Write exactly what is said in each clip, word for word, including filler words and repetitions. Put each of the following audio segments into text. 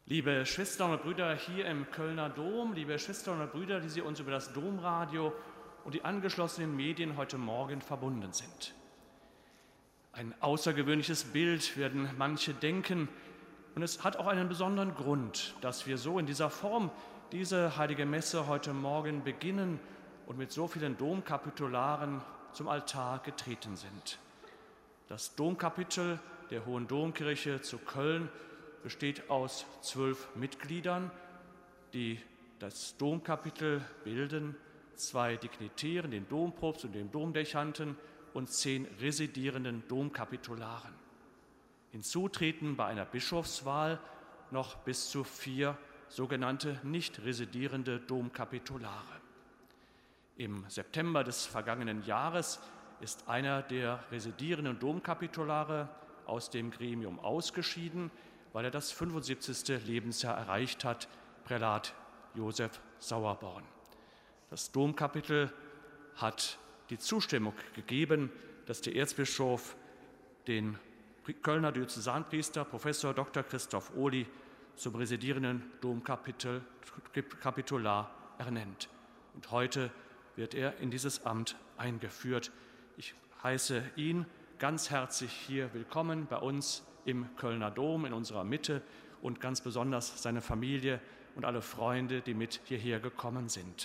Liebe Schwestern und Brüder hier im Kölner Dom, liebe Schwestern und Brüder, die Sie uns über das Domradio und die angeschlossenen Medien heute Morgen verbunden sind. Ein außergewöhnliches Bild werden manche denken, und es hat auch einen besonderen Grund, dass wir so in dieser Form diese heilige Messe heute Morgen beginnen und mit so vielen Domkapitularen zum Altar getreten sind. Das Domkapitel der Hohen Domkirche zu Köln besteht aus zwölf Mitgliedern, die das Domkapitel bilden, zwei Dignitären, den Dompropst und den Domdechanten und zehn residierenden Domkapitularen. Hinzu treten bei einer Bischofswahl noch bis zu vier sogenannte nicht residierende Domkapitulare. Im September des vergangenen Jahres ist einer der residierenden Domkapitulare aus dem Gremium ausgeschieden, weil er das fünfundsiebzigste Lebensjahr erreicht hat, Prälat Josef Sauerborn. Das Domkapitel hat die Zustimmung gegeben, dass der Erzbischof den Kölner Diözesanpriester Professor Doktor Christoph Ohly zum residierenden Domkapitular ernennt. Und heute wird er in dieses Amt eingeführt. Ich heiße ihn ganz herzlich hier willkommen bei uns im Kölner Dom, in unserer Mitte, und ganz besonders seine Familie und alle Freunde, die mit hierher gekommen sind.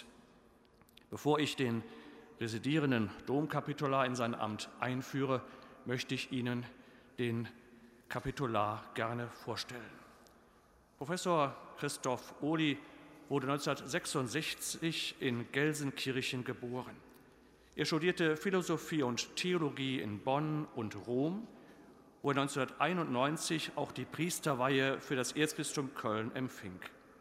Bevor ich den residierenden Domkapitular in sein Amt einführe, möchte ich Ihnen den Kapitular gerne vorstellen. Professor Christoph Ohly wurde neunzehnhundertsechsundsechzig in Gelsenkirchen geboren. Er studierte Philosophie und Theologie in Bonn und Rom, wo er neunzehnhunderteinundneunzig auch die Priesterweihe für das Erzbistum Köln empfing.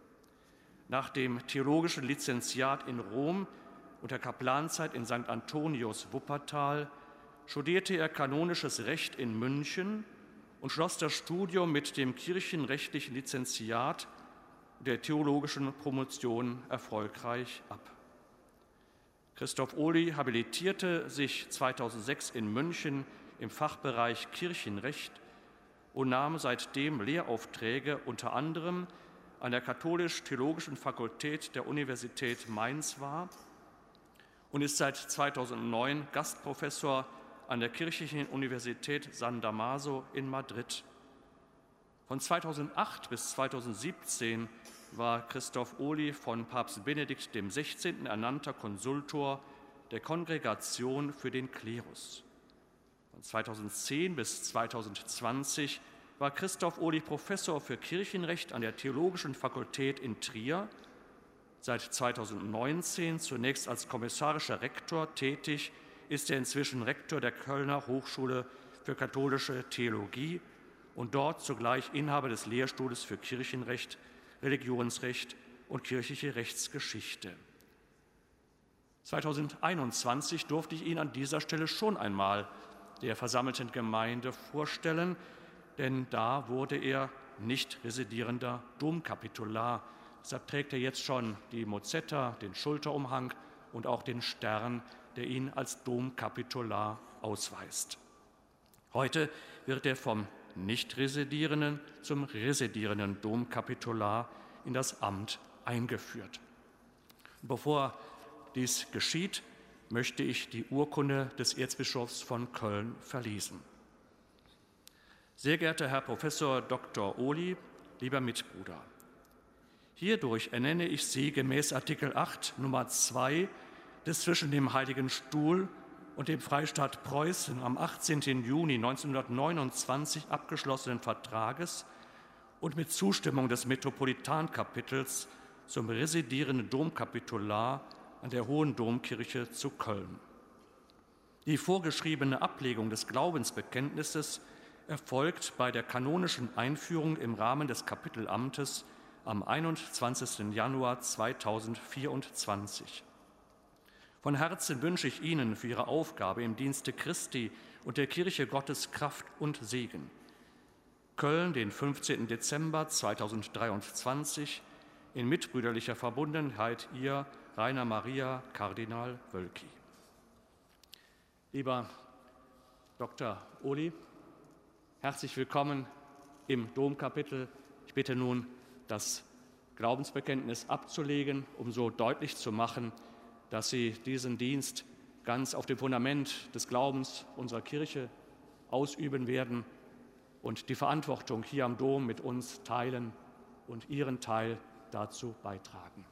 Nach dem theologischen Lizenziat in Rom und der Kaplanzeit in Sankt Antonius Wuppertal studierte er kanonisches Recht in München und schloss das Studium mit dem kirchenrechtlichen Lizenziat der theologischen Promotion erfolgreich ab. Christoph Ohly habilitierte sich zweitausendsechs in München im Fachbereich Kirchenrecht und nahm seitdem Lehraufträge unter anderem an der Katholisch-Theologischen Fakultät der Universität Mainz wahr und ist seit zweitausendneun Gastprofessor an der Kirchlichen Universität San Damaso in Madrid. Von zweitausendacht bis zweitausendsiebzehn war Christoph Ohly von Papst Benedikt dem Sechzehnten ernannter Konsultor der Kongregation für den Klerus. Von zweitausendzehn bis zweitausendzwanzig war Christoph Ohly Professor für Kirchenrecht an der Theologischen Fakultät in Trier, seit zweitausendneunzehn zunächst als kommissarischer Rektor tätig, ist er inzwischen Rektor der Kölner Hochschule für katholische Theologie und dort zugleich Inhaber des Lehrstuhles für Kirchenrecht, Religionsrecht und kirchliche Rechtsgeschichte. zweitausendeinundzwanzig durfte ich ihn an dieser Stelle schon einmal der versammelten Gemeinde vorstellen, denn da wurde er nicht residierender Domkapitular. Deshalb trägt er jetzt schon die Mozetta, den Schulterumhang und auch den Stern, der ihn als Domkapitular ausweist. Heute wird er vom nicht residierenden zum residierenden Domkapitular in das Amt eingeführt. Bevor dies geschieht, möchte ich die Urkunde des Erzbischofs von Köln verlesen. Sehr geehrter Herr Professor Doktor Ohly, lieber Mitbruder, hierdurch ernenne ich Sie gemäß Artikel acht Nummer zwei des zwischen dem Heiligen Stuhl und dem Freistaat Preußen am achtzehnten Juni neunzehnhundertneunundzwanzig abgeschlossenen Vertrages und mit Zustimmung des Metropolitankapitels zum residierenden Domkapitular an der Hohen Domkirche zu Köln. Die vorgeschriebene Ablegung des Glaubensbekenntnisses erfolgt bei der kanonischen Einführung im Rahmen des Kapitelamtes am einundzwanzigsten Januar zweitausendvierundzwanzig. Von Herzen wünsche ich Ihnen für Ihre Aufgabe im Dienste Christi und der Kirche Gottes Kraft und Segen. Köln, den fünfzehnten Dezember zweitausenddreiundzwanzig, in mitbrüderlicher Verbundenheit, Ihr Rainer Maria Kardinal Wölki. Lieber Doktor Ohly, herzlich willkommen im Domkapitel. Ich bitte nun das Glaubensbekenntnis abzulegen, um so deutlich zu machen, dass sie diesen Dienst ganz auf dem Fundament des Glaubens unserer Kirche ausüben werden und die Verantwortung hier am Dom mit uns teilen und ihren Teil dazu beitragen.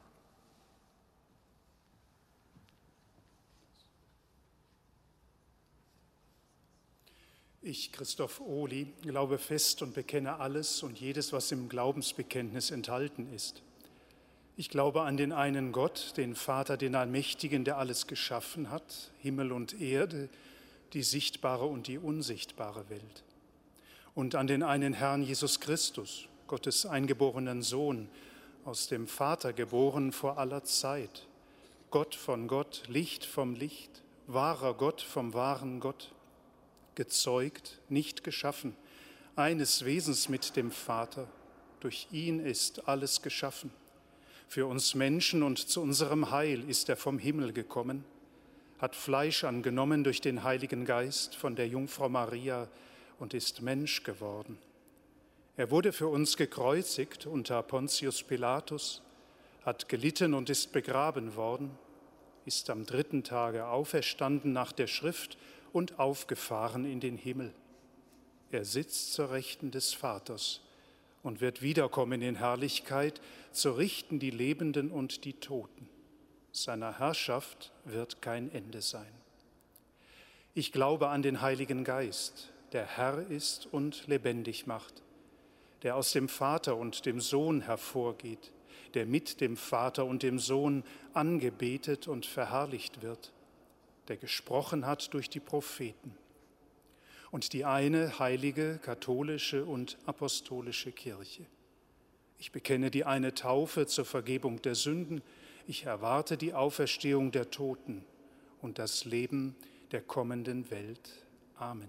Ich, Christoph Ohli, glaube fest und bekenne alles und jedes, was im Glaubensbekenntnis enthalten ist. Ich glaube an den einen Gott, den Vater, den Allmächtigen, der alles geschaffen hat, Himmel und Erde, die sichtbare und die unsichtbare Welt. Und an den einen Herrn Jesus Christus, Gottes eingeborenen Sohn, aus dem Vater geboren vor aller Zeit, Gott von Gott, Licht vom Licht, wahrer Gott vom wahren Gott, gezeugt, nicht geschaffen, eines Wesens mit dem Vater. Durch ihn ist alles geschaffen. Für uns Menschen und zu unserem Heil ist er vom Himmel gekommen, hat Fleisch angenommen durch den Heiligen Geist von der Jungfrau Maria und ist Mensch geworden. Er wurde für uns gekreuzigt unter Pontius Pilatus, hat gelitten und ist begraben worden, ist am dritten Tage auferstanden nach der Schrift und aufgefahren in den Himmel. Er sitzt zur Rechten des Vaters und wird wiederkommen in Herrlichkeit, zu richten die Lebenden und die Toten. Seiner Herrschaft wird kein Ende sein. Ich glaube an den Heiligen Geist, der Herr ist und lebendig macht, der aus dem Vater und dem Sohn hervorgeht, der mit dem Vater und dem Sohn angebetet und verherrlicht wird, der gesprochen hat durch die Propheten, und die eine heilige, katholische und apostolische Kirche. Ich bekenne die eine Taufe zur Vergebung der Sünden, ich erwarte die Auferstehung der Toten und das Leben der kommenden Welt. Amen.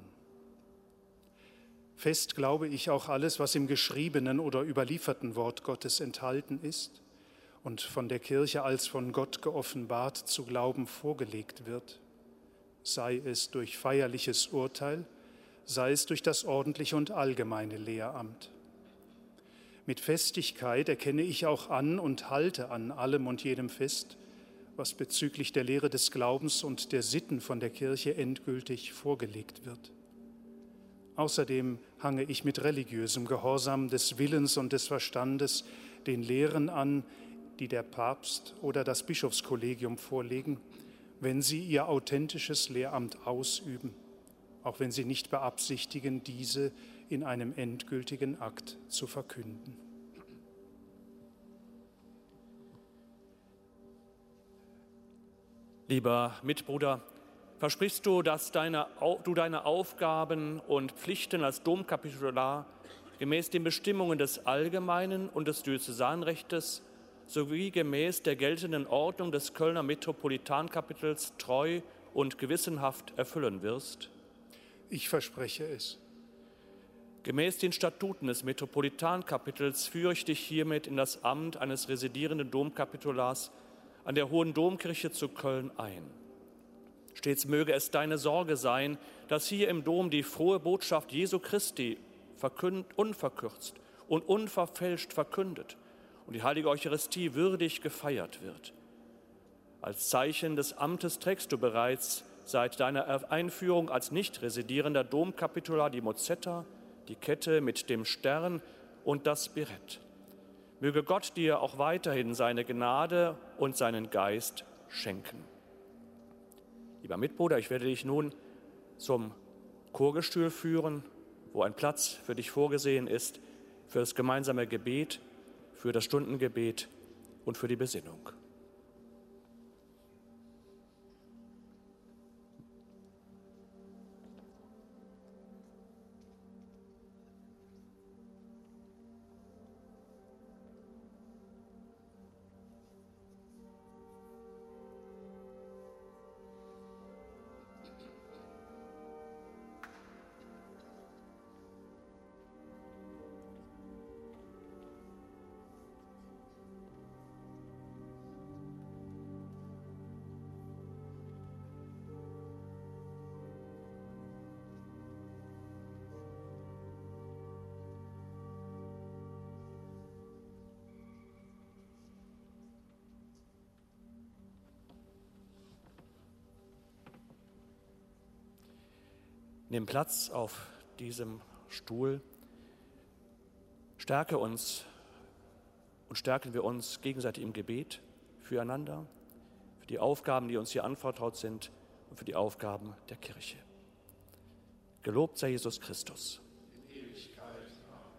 Fest glaube ich auch alles, was im geschriebenen oder überlieferten Wort Gottes enthalten ist und von der Kirche als von Gott geoffenbart zu glauben vorgelegt wird, sei es durch feierliches Urteil, sei es durch das ordentliche und allgemeine Lehramt. Mit Festigkeit erkenne ich auch an und halte an allem und jedem fest, was bezüglich der Lehre des Glaubens und der Sitten von der Kirche endgültig vorgelegt wird. Außerdem hange ich mit religiösem Gehorsam des Willens und des Verstandes den Lehren an, die der Papst oder das Bischofskollegium vorlegen, wenn sie ihr authentisches Lehramt ausüben, auch wenn sie nicht beabsichtigen, diese in einem endgültigen Akt zu verkünden. Lieber Mitbruder, versprichst du, dass deine, du deine Aufgaben und Pflichten als Domkapitular gemäß den Bestimmungen des allgemeinen und des Diözesanrechtes sowie gemäß der geltenden Ordnung des Kölner Metropolitankapitels treu und gewissenhaft erfüllen wirst? Ich verspreche es. Gemäß den Statuten des Metropolitankapitels führe ich dich hiermit in das Amt eines residierenden Domkapitulars an der Hohen Domkirche zu Köln ein. Stets möge es deine Sorge sein, dass hier im Dom die frohe Botschaft Jesu Christi verkünd, unverkürzt und unverfälscht verkündet und die heilige Eucharistie würdig gefeiert wird. Als Zeichen des Amtes trägst du bereits seit deiner Einführung als nicht residierender Domkapitular die Mozetta, die Kette mit dem Stern und das Birett. Möge Gott dir auch weiterhin seine Gnade und seinen Geist schenken. Lieber Mitbruder, ich werde dich nun zum Chorgestühl führen, wo ein Platz für dich vorgesehen ist, für das gemeinsame Gebet, für das Stundengebet und für die Besinnung. Nimm Platz auf diesem Stuhl. Stärke uns und stärken wir uns gegenseitig im Gebet füreinander, für die Aufgaben, die uns hier anvertraut sind und für die Aufgaben der Kirche. Gelobt sei Jesus Christus. In Ewigkeit. Amen.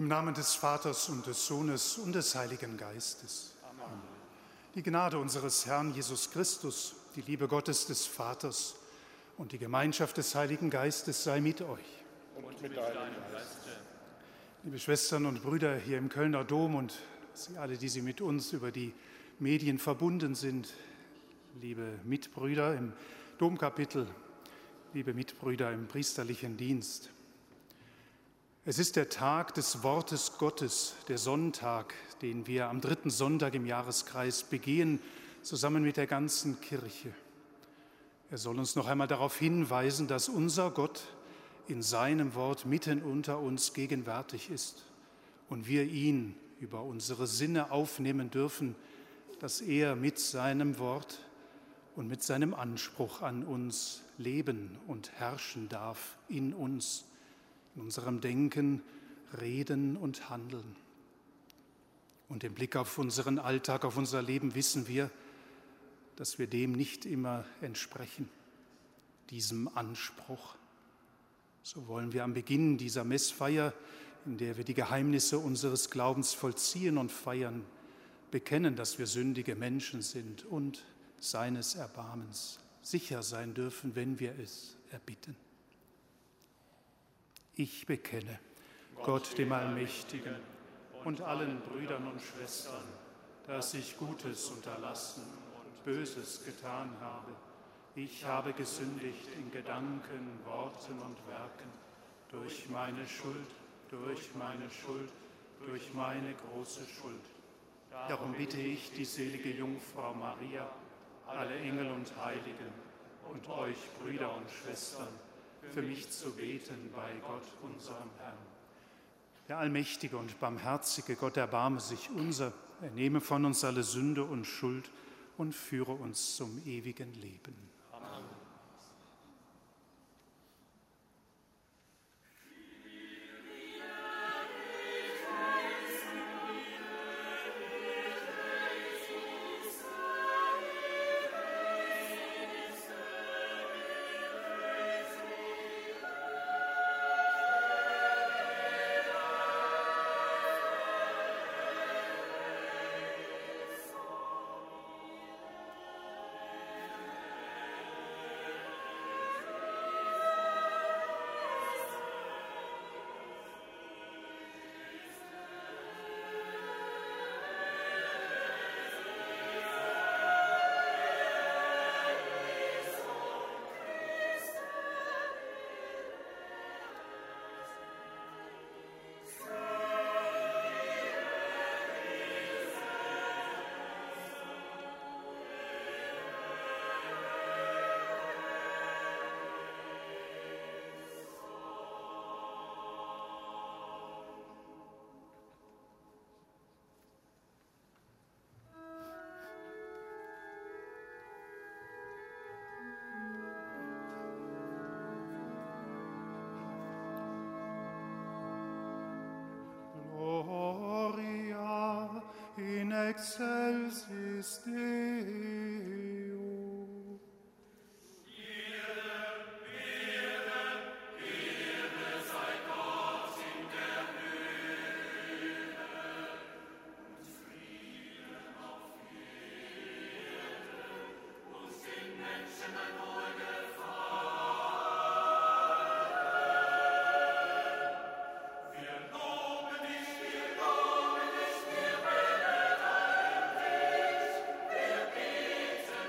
Im Namen des Vaters und des Sohnes und des Heiligen Geistes. Amen. Die Gnade unseres Herrn Jesus Christus, die Liebe Gottes des Vaters und die Gemeinschaft des Heiligen Geistes sei mit euch. Und mit deinem Geiste. Liebe Schwestern und Brüder hier im Kölner Dom und Sie alle, die Sie mit uns über die Medien verbunden sind, liebe Mitbrüder im Domkapitel, liebe Mitbrüder im priesterlichen Dienst. Es ist der Tag des Wortes Gottes, der Sonntag, den wir am dritten Sonntag im Jahreskreis begehen, zusammen mit der ganzen Kirche. Er soll uns noch einmal darauf hinweisen, dass unser Gott in seinem Wort mitten unter uns gegenwärtig ist und wir ihn über unsere Sinne aufnehmen dürfen, dass er mit seinem Wort und mit seinem Anspruch an uns leben und herrschen darf in uns, in unserem Denken, Reden und Handeln. Und im Blick auf unseren Alltag, auf unser Leben wissen wir, dass wir dem nicht immer entsprechen, diesem Anspruch. So wollen wir am Beginn dieser Messfeier, in der wir die Geheimnisse unseres Glaubens vollziehen und feiern, bekennen, dass wir sündige Menschen sind und seines Erbarmens sicher sein dürfen, wenn wir es erbitten. Ich bekenne Gott, dem Allmächtigen, und allen Brüdern und Schwestern, dass ich Gutes unterlassen und Böses getan habe. Ich habe gesündigt in Gedanken, Worten und Werken, durch meine Schuld, durch meine Schuld, durch meine große Schuld. Darum bitte ich die selige Jungfrau Maria, alle Engel und Heiligen und euch Brüder und Schwestern, für mich zu beten bei Gott, unserem Herrn. Der allmächtige und barmherzige Gott erbarme sich unser, er nehme von uns alle Sünde und Schuld und führe uns zum ewigen Leben. Amen. In excelsis Deo. Wir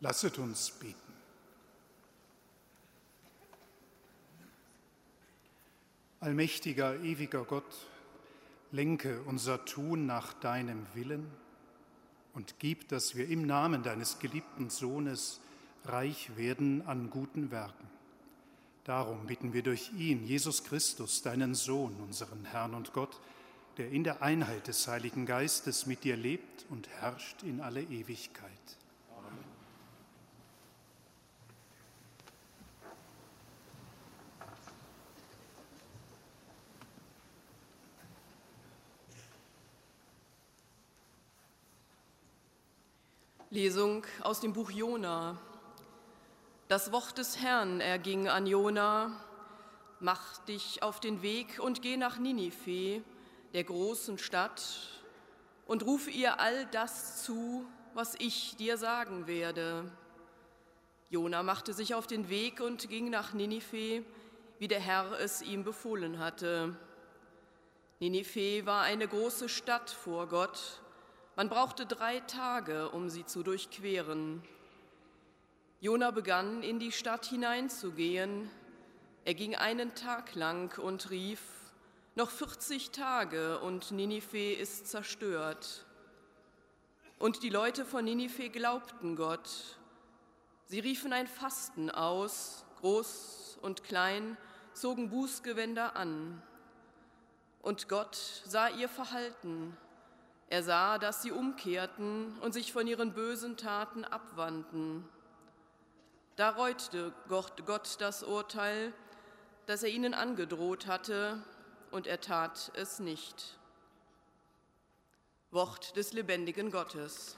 Lasset uns beten. Allmächtiger, ewiger Gott, lenke unser Tun nach deinem Willen und gib, dass wir im Namen deines geliebten Sohnes reich werden an guten Werken. Darum bitten wir durch ihn, Jesus Christus, deinen Sohn, unseren Herrn und Gott, der in der Einheit des Heiligen Geistes mit dir lebt und herrscht in alle Ewigkeit. Amen. Lesung aus dem Buch Jona. Das Wort des Herrn erging an Jona: Mach dich auf den Weg und geh nach Ninive, der großen Stadt, und rufe ihr all das zu, was ich dir sagen werde. Jona machte sich auf den Weg und ging nach Ninive, wie der Herr es ihm befohlen hatte. Ninive war eine große Stadt vor Gott. Man brauchte drei Tage, um sie zu durchqueren. Jona begann, in die Stadt hineinzugehen. Er ging einen Tag lang und rief: Noch vierzig Tage und Ninive ist zerstört. Und die Leute von Ninive glaubten Gott. Sie riefen ein Fasten aus, groß und klein, zogen Bußgewänder an. Und Gott sah ihr Verhalten. Er sah, dass sie umkehrten und sich von ihren bösen Taten abwandten. Da reute Gott das Urteil, das er ihnen angedroht hatte, und er tat es nicht. Wort des lebendigen Gottes.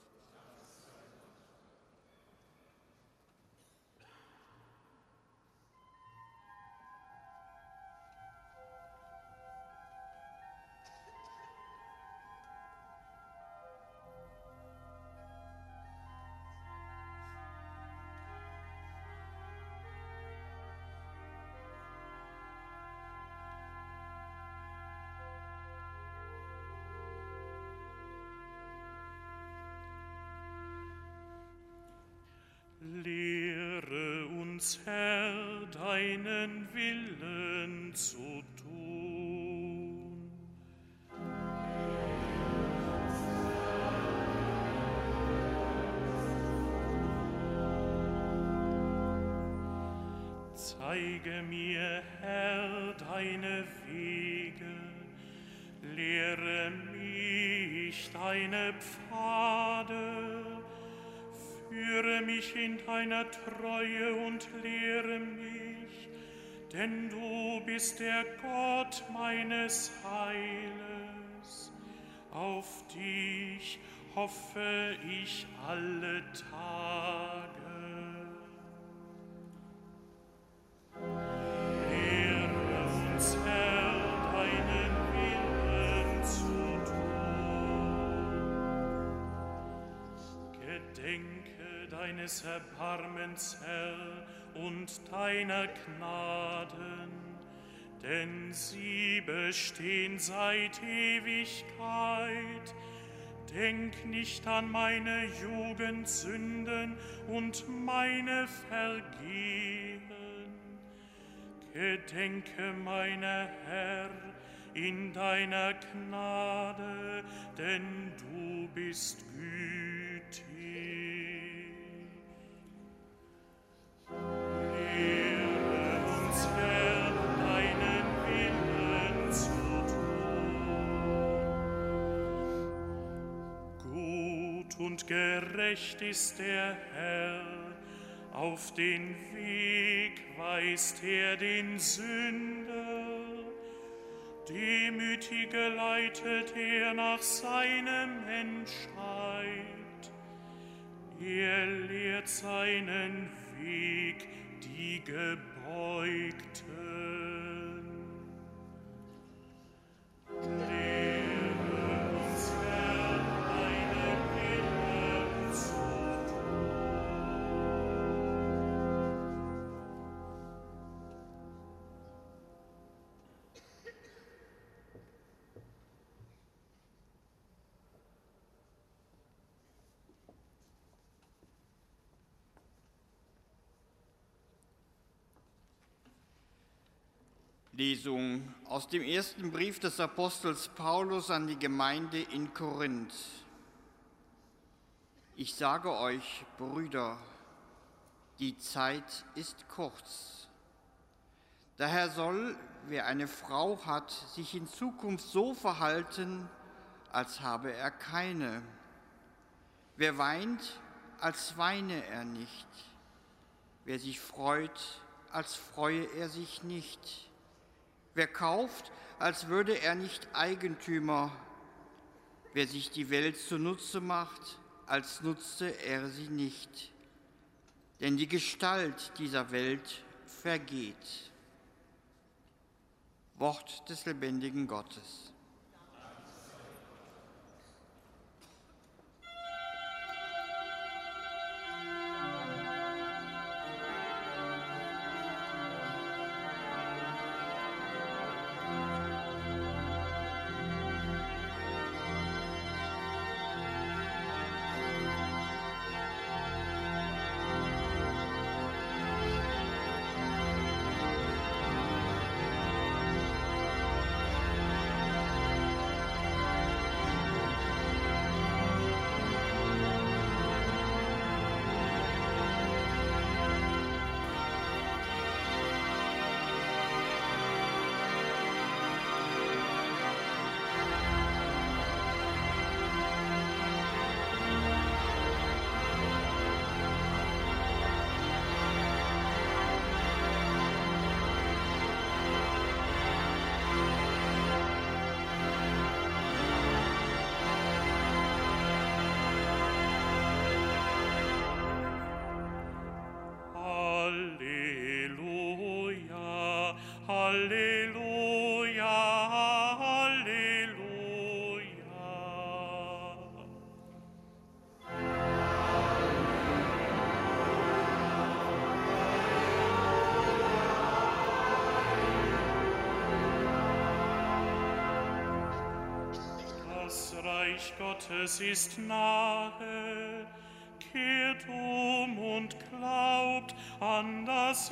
Lehre uns, Herr, deinen Willen zu tun. Zeige mir, Herr, deine Wege, lehre mich deine Pfade. Führe mich in deiner Treue und lehre mich, denn du bist der Gott meines Heiles. Auf dich hoffe ich alle Tage. Lehre uns, Herr, deinen Willen zu tun. Gedenke deines Erbarmens, Herr, und deiner Gnaden, denn sie bestehen seit Ewigkeit. Denk nicht an meine Jugendsünden und meine Vergehen. Gedenke meiner, Herr, in deiner Gnade, denn du bist gütig. Lehre uns, Herr, deinen Willen zu tun. Gut und gerecht ist der Herr, auf den Weg weist er den Sünder. Demütige leitet er nach seinem Entscheid. Er lehrt seinen Weg die Gebeugten. Lehre uns, Herr, deinen Willen zu Lesung aus dem ersten Brief des Apostels Paulus an die Gemeinde in Korinth. Ich sage euch, Brüder, die Zeit ist kurz. Daher soll, wer eine Frau hat, sich in Zukunft so verhalten, als habe er keine. Wer weint, als weine er nicht. Wer sich freut, als freue er sich nicht. Wer kauft, als würde er nicht Eigentümer. Wer sich die Welt zunutze macht, als nutze er sie nicht. Denn die Gestalt dieser Welt vergeht. Wort des lebendigen Gottes. Gottes ist nahe, kehrt um und glaubt an das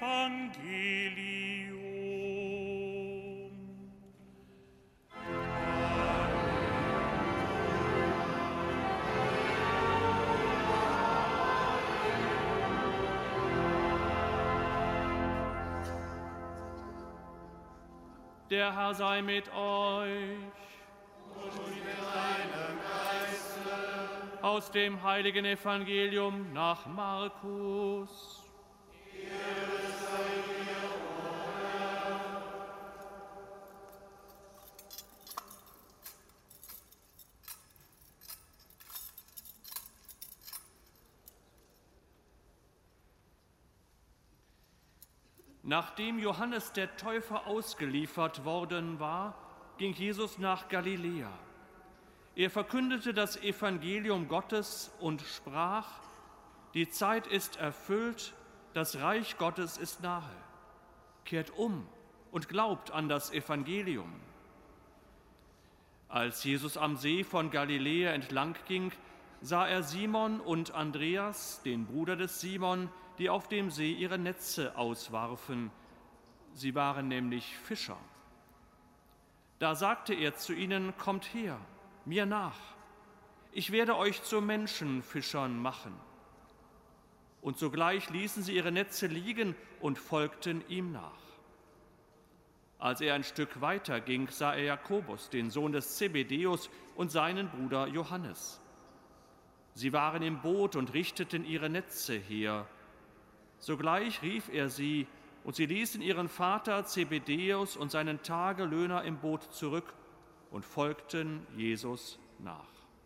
Evangelium. Der Herr sei mit euch. Aus dem heiligen Evangelium nach Markus. Ehre sei dir, o Herr. Nachdem Johannes der Täufer ausgeliefert worden war, ging Jesus nach Galiläa. Er verkündete das Evangelium Gottes und sprach: Die Zeit ist erfüllt, das Reich Gottes ist nahe. Kehrt um und glaubt an das Evangelium. Als Jesus am See von Galiläa entlang ging, sah er Simon und Andreas, den Bruder des Simon, die auf dem See ihre Netze auswarfen. Sie waren nämlich Fischer. Da sagte er zu ihnen: Kommt her, mir nach, ich werde euch zu Menschenfischern machen. Und sogleich ließen sie ihre Netze liegen und folgten ihm nach. Als er ein Stück weiter ging, sah er Jakobus, den Sohn des Zebedäus, und seinen Bruder Johannes. Sie waren im Boot und richteten ihre Netze her. Sogleich rief er sie, und sie ließen ihren Vater Zebedäus und seinen Tagelöhner im Boot zurück und folgten Jesus nach.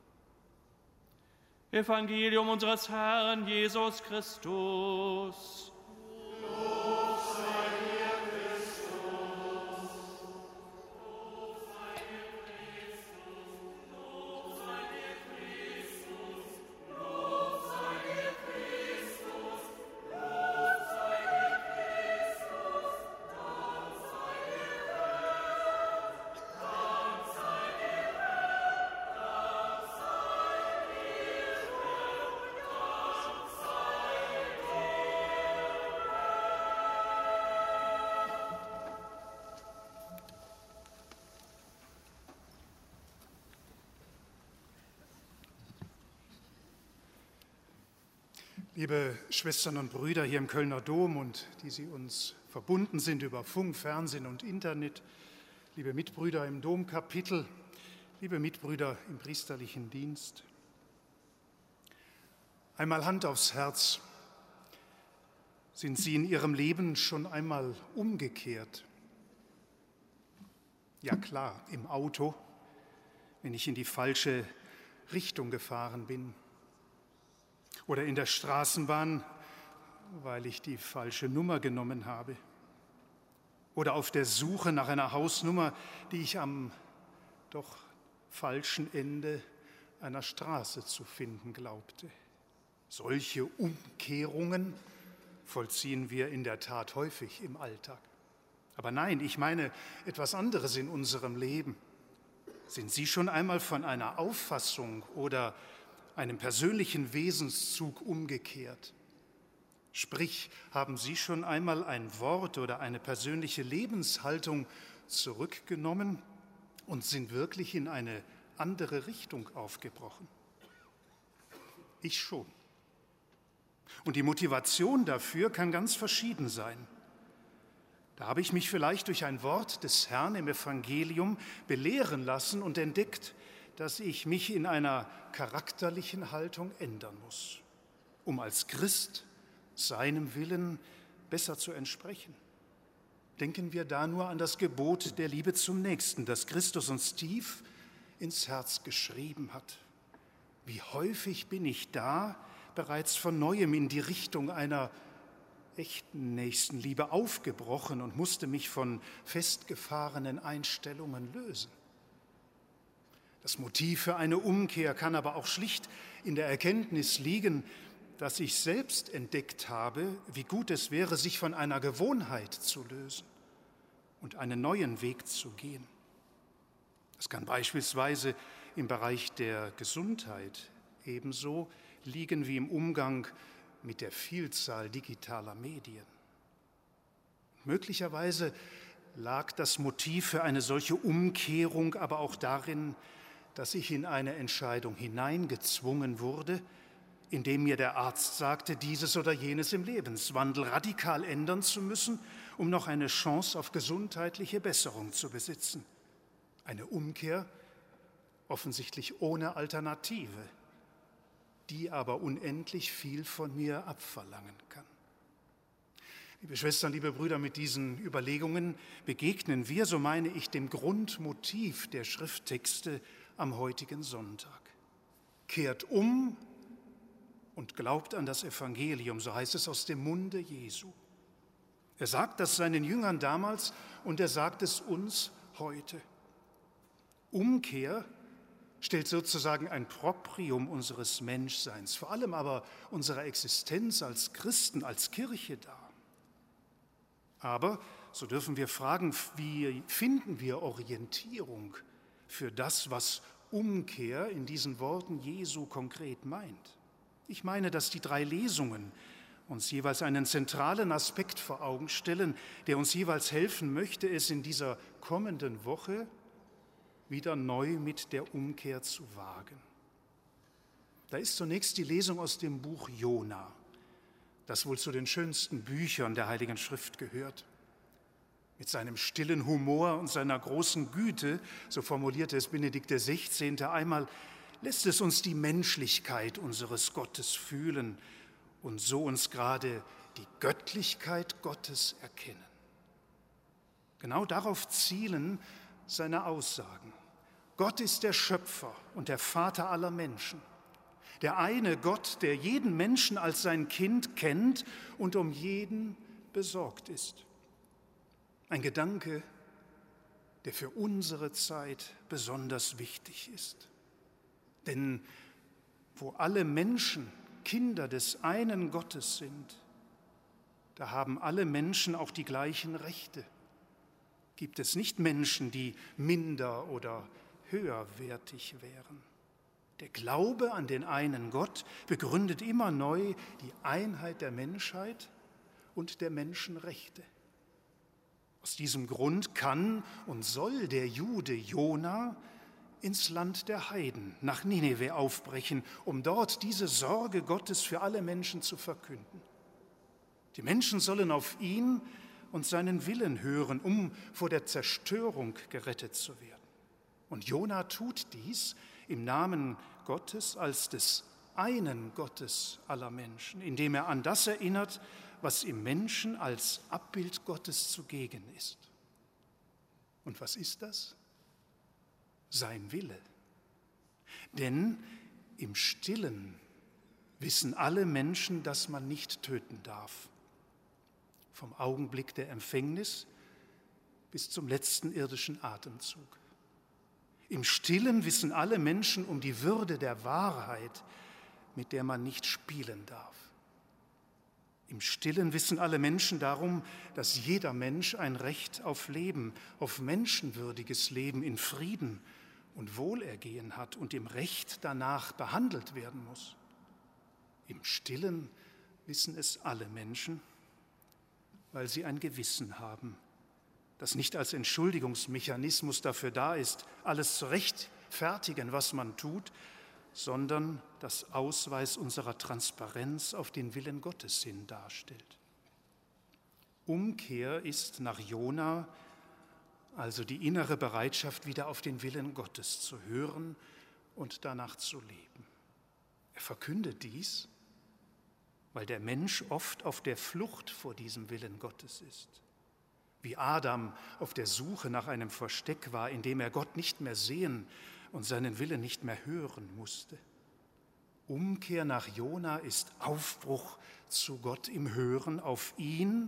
Evangelium unseres Herrn Jesus Christus. Lob sei dir, Christus. Lob sei dir, Christus. Lob sei dir, Christus. Lob sei dir, Christus. Lob sei dir, Christus. Dank sei dir, Herr. Dank sei dir, Herr. Dank sei dir, Herr. Dank sei dir, Herr. Liebe Schwestern und Brüder hier im Kölner Dom und die Sie uns verbunden sind über Funk, Fernsehen und Internet, liebe Mitbrüder im Domkapitel, liebe Mitbrüder im priesterlichen Dienst. Einmal Hand aufs Herz. Sind Sie in Ihrem Leben schon einmal umgekehrt? Ja klar, im Auto, wenn ich in die falsche Richtung gefahren bin. Oder in der Straßenbahn, weil ich die falsche Nummer genommen habe. Oder auf der Suche nach einer Hausnummer, die ich am doch falschen Ende einer Straße zu finden glaubte. Solche Umkehrungen vollziehen wir in der Tat häufig im Alltag. Aber nein, ich meine etwas anderes in unserem Leben. Sind Sie schon einmal von einer Auffassung oder einem persönlichen Wesenszug umgekehrt? Sprich, haben Sie schon einmal ein Wort oder eine persönliche Lebenshaltung zurückgenommen und sind wirklich in eine andere Richtung aufgebrochen? Ich schon. Und die Motivation dafür kann ganz verschieden sein. Da habe ich mich vielleicht durch ein Wort des Herrn im Evangelium belehren lassen und entdeckt, dass ich mich in einer charakterlichen Haltung ändern muss, um als Christ seinem Willen besser zu entsprechen. Denken wir da nur an das Gebot der Liebe zum Nächsten, das Christus uns tief ins Herz geschrieben hat. Wie häufig bin ich da bereits von Neuem in die Richtung einer echten Nächstenliebe aufgebrochen und musste mich von festgefahrenen Einstellungen lösen. Das Motiv für eine Umkehr kann aber auch schlicht in der Erkenntnis liegen, dass ich selbst entdeckt habe, wie gut es wäre, sich von einer Gewohnheit zu lösen und einen neuen Weg zu gehen. Das kann beispielsweise im Bereich der Gesundheit ebenso liegen wie im Umgang mit der Vielzahl digitaler Medien. Möglicherweise lag das Motiv für eine solche Umkehrung aber auch darin, dass ich in eine Entscheidung hineingezwungen wurde, indem mir der Arzt sagte, dieses oder jenes im Lebenswandel radikal ändern zu müssen, um noch eine Chance auf gesundheitliche Besserung zu besitzen. Eine Umkehr offensichtlich ohne Alternative, die aber unendlich viel von mir abverlangen kann. Liebe Schwestern, liebe Brüder, mit diesen Überlegungen begegnen wir, so meine ich, dem Grundmotiv der Schrifttexte am heutigen Sonntag. Kehrt um und glaubt an das Evangelium, so heißt es aus dem Munde Jesu. Er sagt das seinen Jüngern damals und er sagt es uns heute. Umkehr stellt sozusagen ein Proprium unseres Menschseins, vor allem aber unserer Existenz als Christen, als Kirche dar. Aber, so dürfen wir fragen, wie finden wir Orientierung für das, was Umkehr in diesen Worten Jesu konkret meint? Ich meine, dass die drei Lesungen uns jeweils einen zentralen Aspekt vor Augen stellen, der uns jeweils helfen möchte, es in dieser kommenden Woche wieder neu mit der Umkehr zu wagen. Da ist zunächst die Lesung aus dem Buch Jona, das wohl zu den schönsten Büchern der Heiligen Schrift gehört. Mit seinem stillen Humor und seiner großen Güte, so formulierte es Benedikt der Sechzehnte einmal, lässt es uns die Menschlichkeit unseres Gottes fühlen und so uns gerade die Göttlichkeit Gottes erkennen. Genau darauf zielen seine Aussagen. Gott ist der Schöpfer und der Vater aller Menschen. Der eine Gott, der jeden Menschen als sein Kind kennt und um jeden besorgt ist. Ein Gedanke, der für unsere Zeit besonders wichtig ist. Denn wo alle Menschen Kinder des einen Gottes sind, da haben alle Menschen auch die gleichen Rechte. Gibt es nicht Menschen, die minder oder höherwertig wären. Der Glaube an den einen Gott begründet immer neu die Einheit der Menschheit und der Menschenrechte. Aus diesem Grund kann und soll der Jude Jona ins Land der Heiden, nach Nineve aufbrechen, um dort diese Sorge Gottes für alle Menschen zu verkünden. Die Menschen sollen auf ihn und seinen Willen hören, um vor der Zerstörung gerettet zu werden. Und Jona tut dies im Namen Gottes als des einen Gottes aller Menschen, indem er an das erinnert, was im Menschen als Abbild Gottes zugegen ist. Und was ist das? Sein Wille. Denn im Stillen wissen alle Menschen, dass man nicht töten darf. Vom Augenblick der Empfängnis bis zum letzten irdischen Atemzug. Im Stillen wissen alle Menschen um die Würde der Wahrheit, mit der man nicht spielen darf. Im Stillen wissen alle Menschen darum, dass jeder Mensch ein Recht auf Leben, auf menschenwürdiges Leben in Frieden und Wohlergehen hat und im Recht danach behandelt werden muss. Im Stillen wissen es alle Menschen, weil sie ein Gewissen haben, das nicht als Entschuldigungsmechanismus dafür da ist, alles zu rechtfertigen, was man tut, sondern das Ausweis unserer Transparenz auf den Willen Gottes hin darstellt. Umkehr ist nach Jona also die innere Bereitschaft, wieder auf den Willen Gottes zu hören und danach zu leben. Er verkündet dies, weil der Mensch oft auf der Flucht vor diesem Willen Gottes ist. Wie Adam auf der Suche nach einem Versteck war, in dem er Gott nicht mehr sehen und seinen Willen nicht mehr hören musste. Umkehr nach Jona ist Aufbruch zu Gott im Hören auf ihn,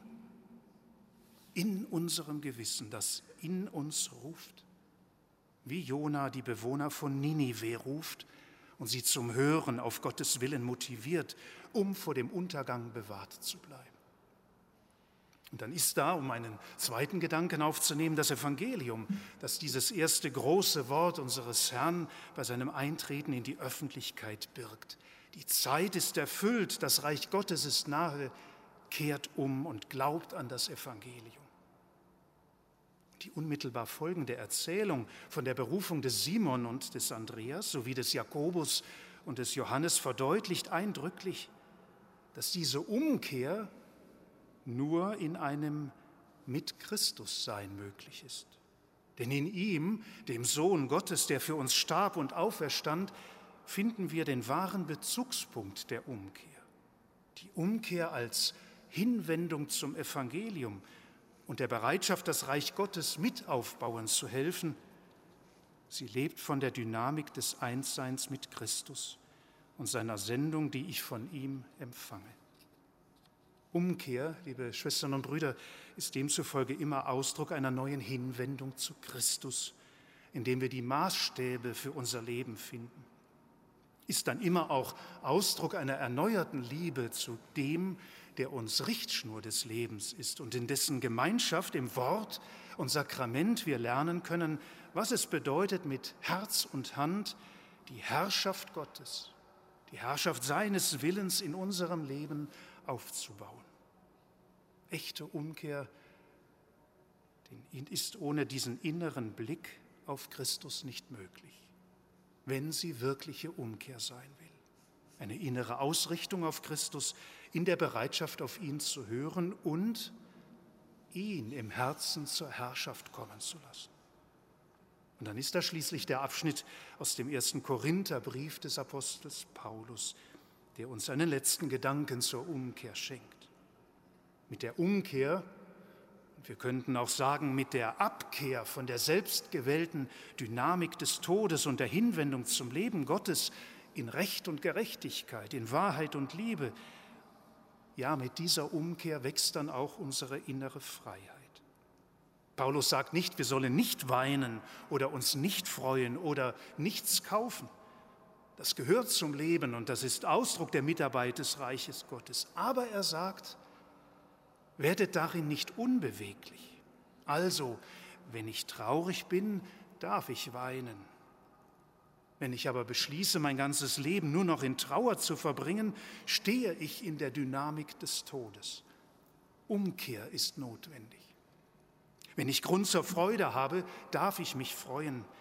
in unserem Gewissen, das in uns ruft. Wie Jona die Bewohner von Ninive ruft und sie zum Hören auf Gottes Willen motiviert, um vor dem Untergang bewahrt zu bleiben. Und dann ist da, um einen zweiten Gedanken aufzunehmen, das Evangelium, das dieses erste große Wort unseres Herrn bei seinem Eintreten in die Öffentlichkeit birgt. Die Zeit ist erfüllt, das Reich Gottes ist nahe, kehrt um und glaubt an das Evangelium. Die unmittelbar folgende Erzählung von der Berufung des Simon und des Andreas sowie des Jakobus und des Johannes verdeutlicht eindrücklich, dass diese Umkehr nur in einem mit Christus sein möglich ist. Denn in ihm, dem Sohn Gottes, der für uns starb und auferstand, finden wir den wahren Bezugspunkt der Umkehr. Die Umkehr als Hinwendung zum Evangelium und der Bereitschaft, das Reich Gottes mit aufbauen zu helfen. Sie lebt von der Dynamik des Einsseins mit Christus und seiner Sendung, die ich von ihm empfange. Umkehr, liebe Schwestern und Brüder, ist demzufolge immer Ausdruck einer neuen Hinwendung zu Christus, indem wir die Maßstäbe für unser Leben finden. Ist dann immer auch Ausdruck einer erneuerten Liebe zu dem, der uns Richtschnur des Lebens ist und in dessen Gemeinschaft im Wort und Sakrament wir lernen können, was es bedeutet, mit Herz und Hand die Herrschaft Gottes, die Herrschaft seines Willens in unserem Leben aufzubauen. Echte Umkehr ist ohne diesen inneren Blick auf Christus nicht möglich, wenn sie wirkliche Umkehr sein will. Eine innere Ausrichtung auf Christus in der Bereitschaft, auf ihn zu hören und ihn im Herzen zur Herrschaft kommen zu lassen. Und dann ist da schließlich der Abschnitt aus dem ersten Korintherbrief des Apostels Paulus, der uns einen letzten Gedanken zur Umkehr schenkt. Mit der Umkehr, und wir könnten auch sagen, mit der Abkehr von der selbstgewählten Dynamik des Todes und der Hinwendung zum Leben Gottes in Recht und Gerechtigkeit, in Wahrheit und Liebe, ja, mit dieser Umkehr wächst dann auch unsere innere Freiheit. Paulus sagt nicht, wir sollen nicht weinen oder uns nicht freuen oder nichts kaufen. Das gehört zum Leben und das ist Ausdruck der Mitarbeit des Reiches Gottes. Aber er sagt, werdet darin nicht unbeweglich. Also, wenn ich traurig bin, darf ich weinen. Wenn ich aber beschließe, mein ganzes Leben nur noch in Trauer zu verbringen, stehe ich in der Dynamik des Todes. Umkehr ist notwendig. Wenn ich Grund zur Freude habe, darf ich mich freuen.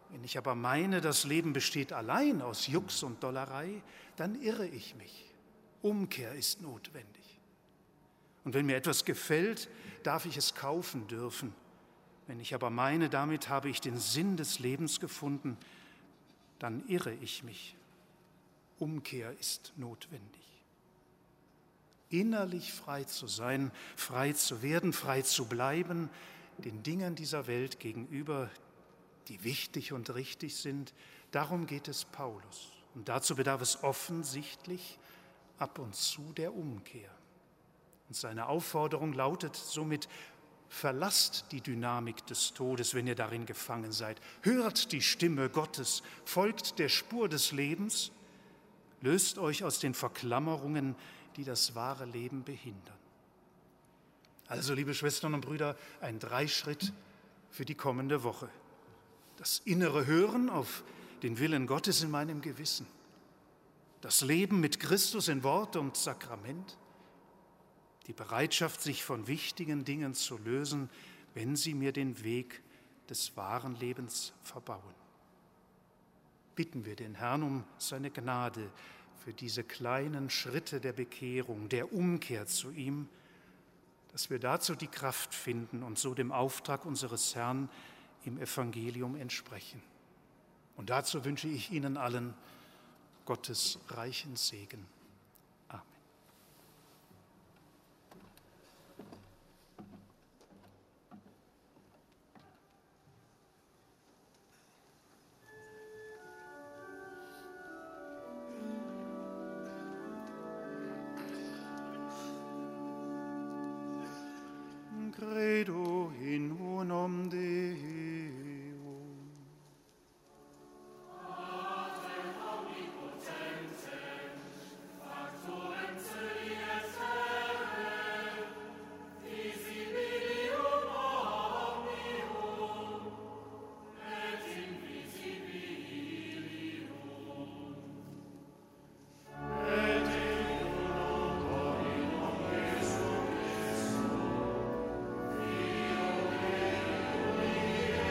Wenn ich aber meine, das Leben besteht allein aus Jux und Dollerei, dann irre ich mich. Umkehr ist notwendig. Und wenn mir etwas gefällt, darf ich es kaufen dürfen. Wenn ich aber meine, damit habe ich den Sinn des Lebens gefunden, dann irre ich mich. Umkehr ist notwendig. Innerlich frei zu sein, frei zu werden, frei zu bleiben, den Dingen dieser Welt gegenüber, die wichtig und richtig sind, darum geht es Paulus. Und dazu bedarf es offensichtlich ab und zu der Umkehr. Und seine Aufforderung lautet somit: Verlasst die Dynamik des Todes, wenn ihr darin gefangen seid. Hört die Stimme Gottes, folgt der Spur des Lebens, löst euch aus den Verklammerungen, die das wahre Leben behindern. Also, liebe Schwestern und Brüder, ein Dreischritt für die kommende Woche. Das innere Hören auf den Willen Gottes in meinem Gewissen. Das Leben mit Christus in Wort und Sakrament. Die Bereitschaft, sich von wichtigen Dingen zu lösen, wenn sie mir den Weg des wahren Lebens verbauen. Bitten wir den Herrn um seine Gnade für diese kleinen Schritte der Bekehrung, der Umkehr zu ihm, dass wir dazu die Kraft finden und so dem Auftrag unseres Herrn im Evangelium entsprechen. Und dazu wünsche ich Ihnen allen Gottes reichen Segen. Amen. Credo in unum Deum. Amen.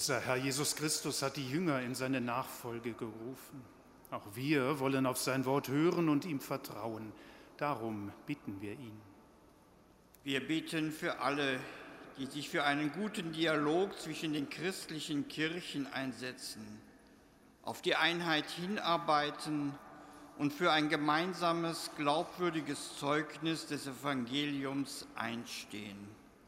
Unser Herr Jesus Christus hat die Jünger in seine Nachfolge gerufen. Auch wir wollen auf sein Wort hören und ihm vertrauen. Darum bitten wir ihn. Wir beten für alle, die sich für einen guten Dialog zwischen den christlichen Kirchen einsetzen, auf die Einheit hinarbeiten und für ein gemeinsames, glaubwürdiges Zeugnis des Evangeliums einstehen.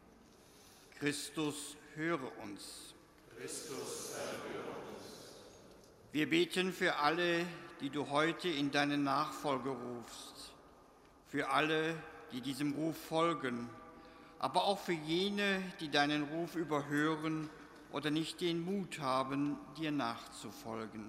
Christus, höre uns. Christus, erhöre uns. Wir beten für alle, die du heute in deine Nachfolge rufst, für alle, die diesem Ruf folgen, aber auch für jene, die deinen Ruf überhören oder nicht den Mut haben, dir nachzufolgen.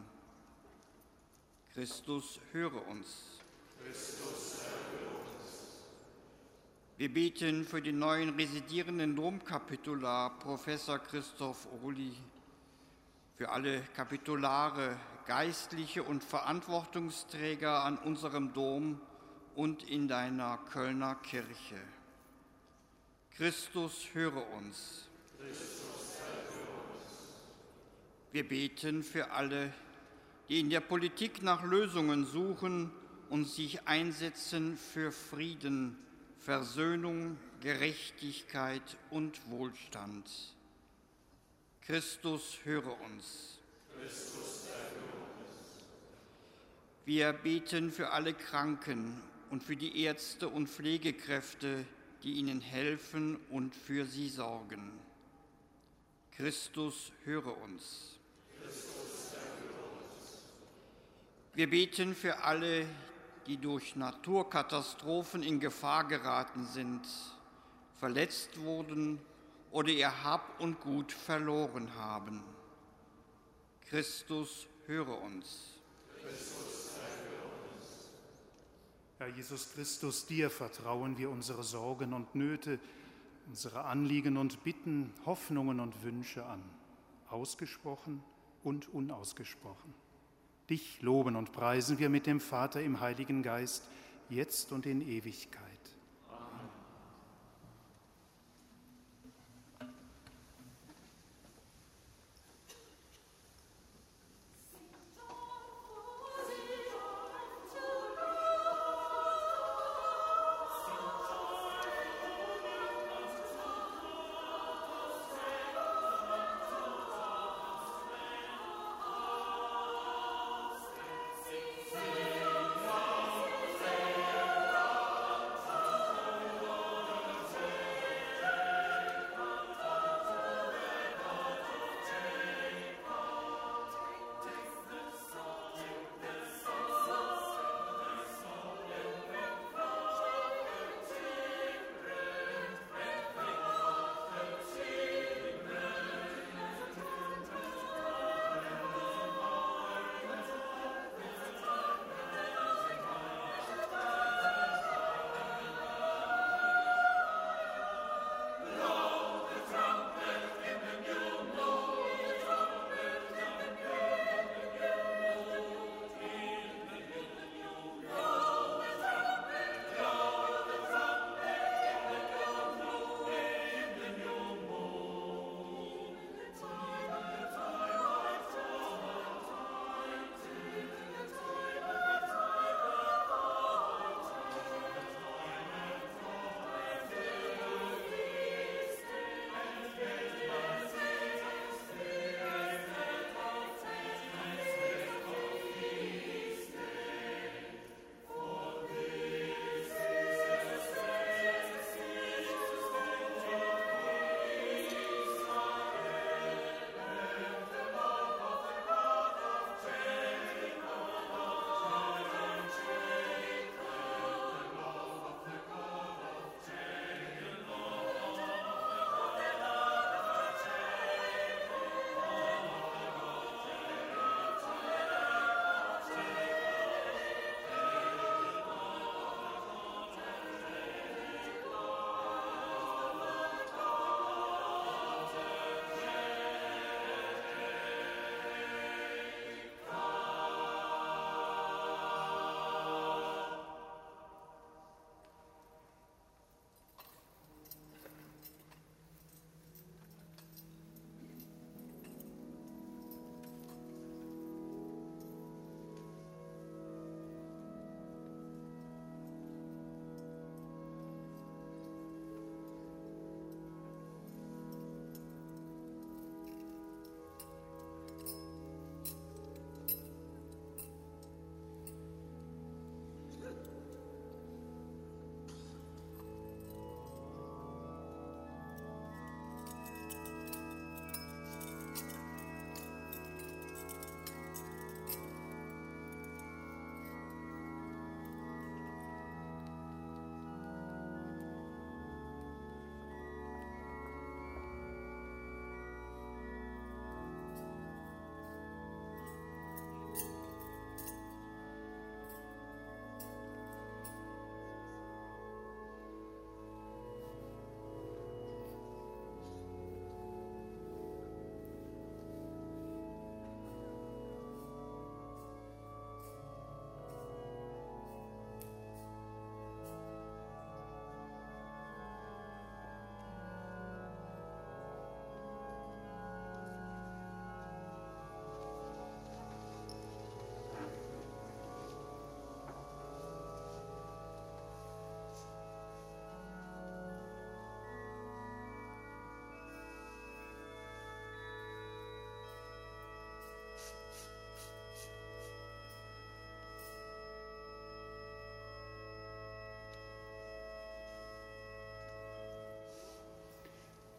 Christus, höre uns. Christus, erhöre uns. Wir beten für den neuen residierenden Domkapitular, Professor Christoph Ohly, für alle Kapitulare, Geistliche und Verantwortungsträger an unserem Dom und in deiner Kölner Kirche. Christus, höre uns. Christus, erhöre uns. Wir beten für alle, die in der Politik nach Lösungen suchen und sich einsetzen für Frieden, Versöhnung, Gerechtigkeit und Wohlstand. Christus, höre uns. Christus, erhöre uns. Wir beten für alle Kranken und für die Ärzte und Pflegekräfte, die ihnen helfen und für sie sorgen. Christus, höre uns. Christus, erhöre uns. Wir beten für alle, die durch Naturkatastrophen in Gefahr geraten sind, verletzt wurden oder ihr Hab und Gut verloren haben. Christus, höre uns. Christus, erhöre uns. Herr Jesus Christus, dir vertrauen wir unsere Sorgen und Nöte, unsere Anliegen und Bitten, Hoffnungen und Wünsche an, ausgesprochen und unausgesprochen. Dich loben und preisen wir mit dem Vater im Heiligen Geist, jetzt und in Ewigkeit. Sing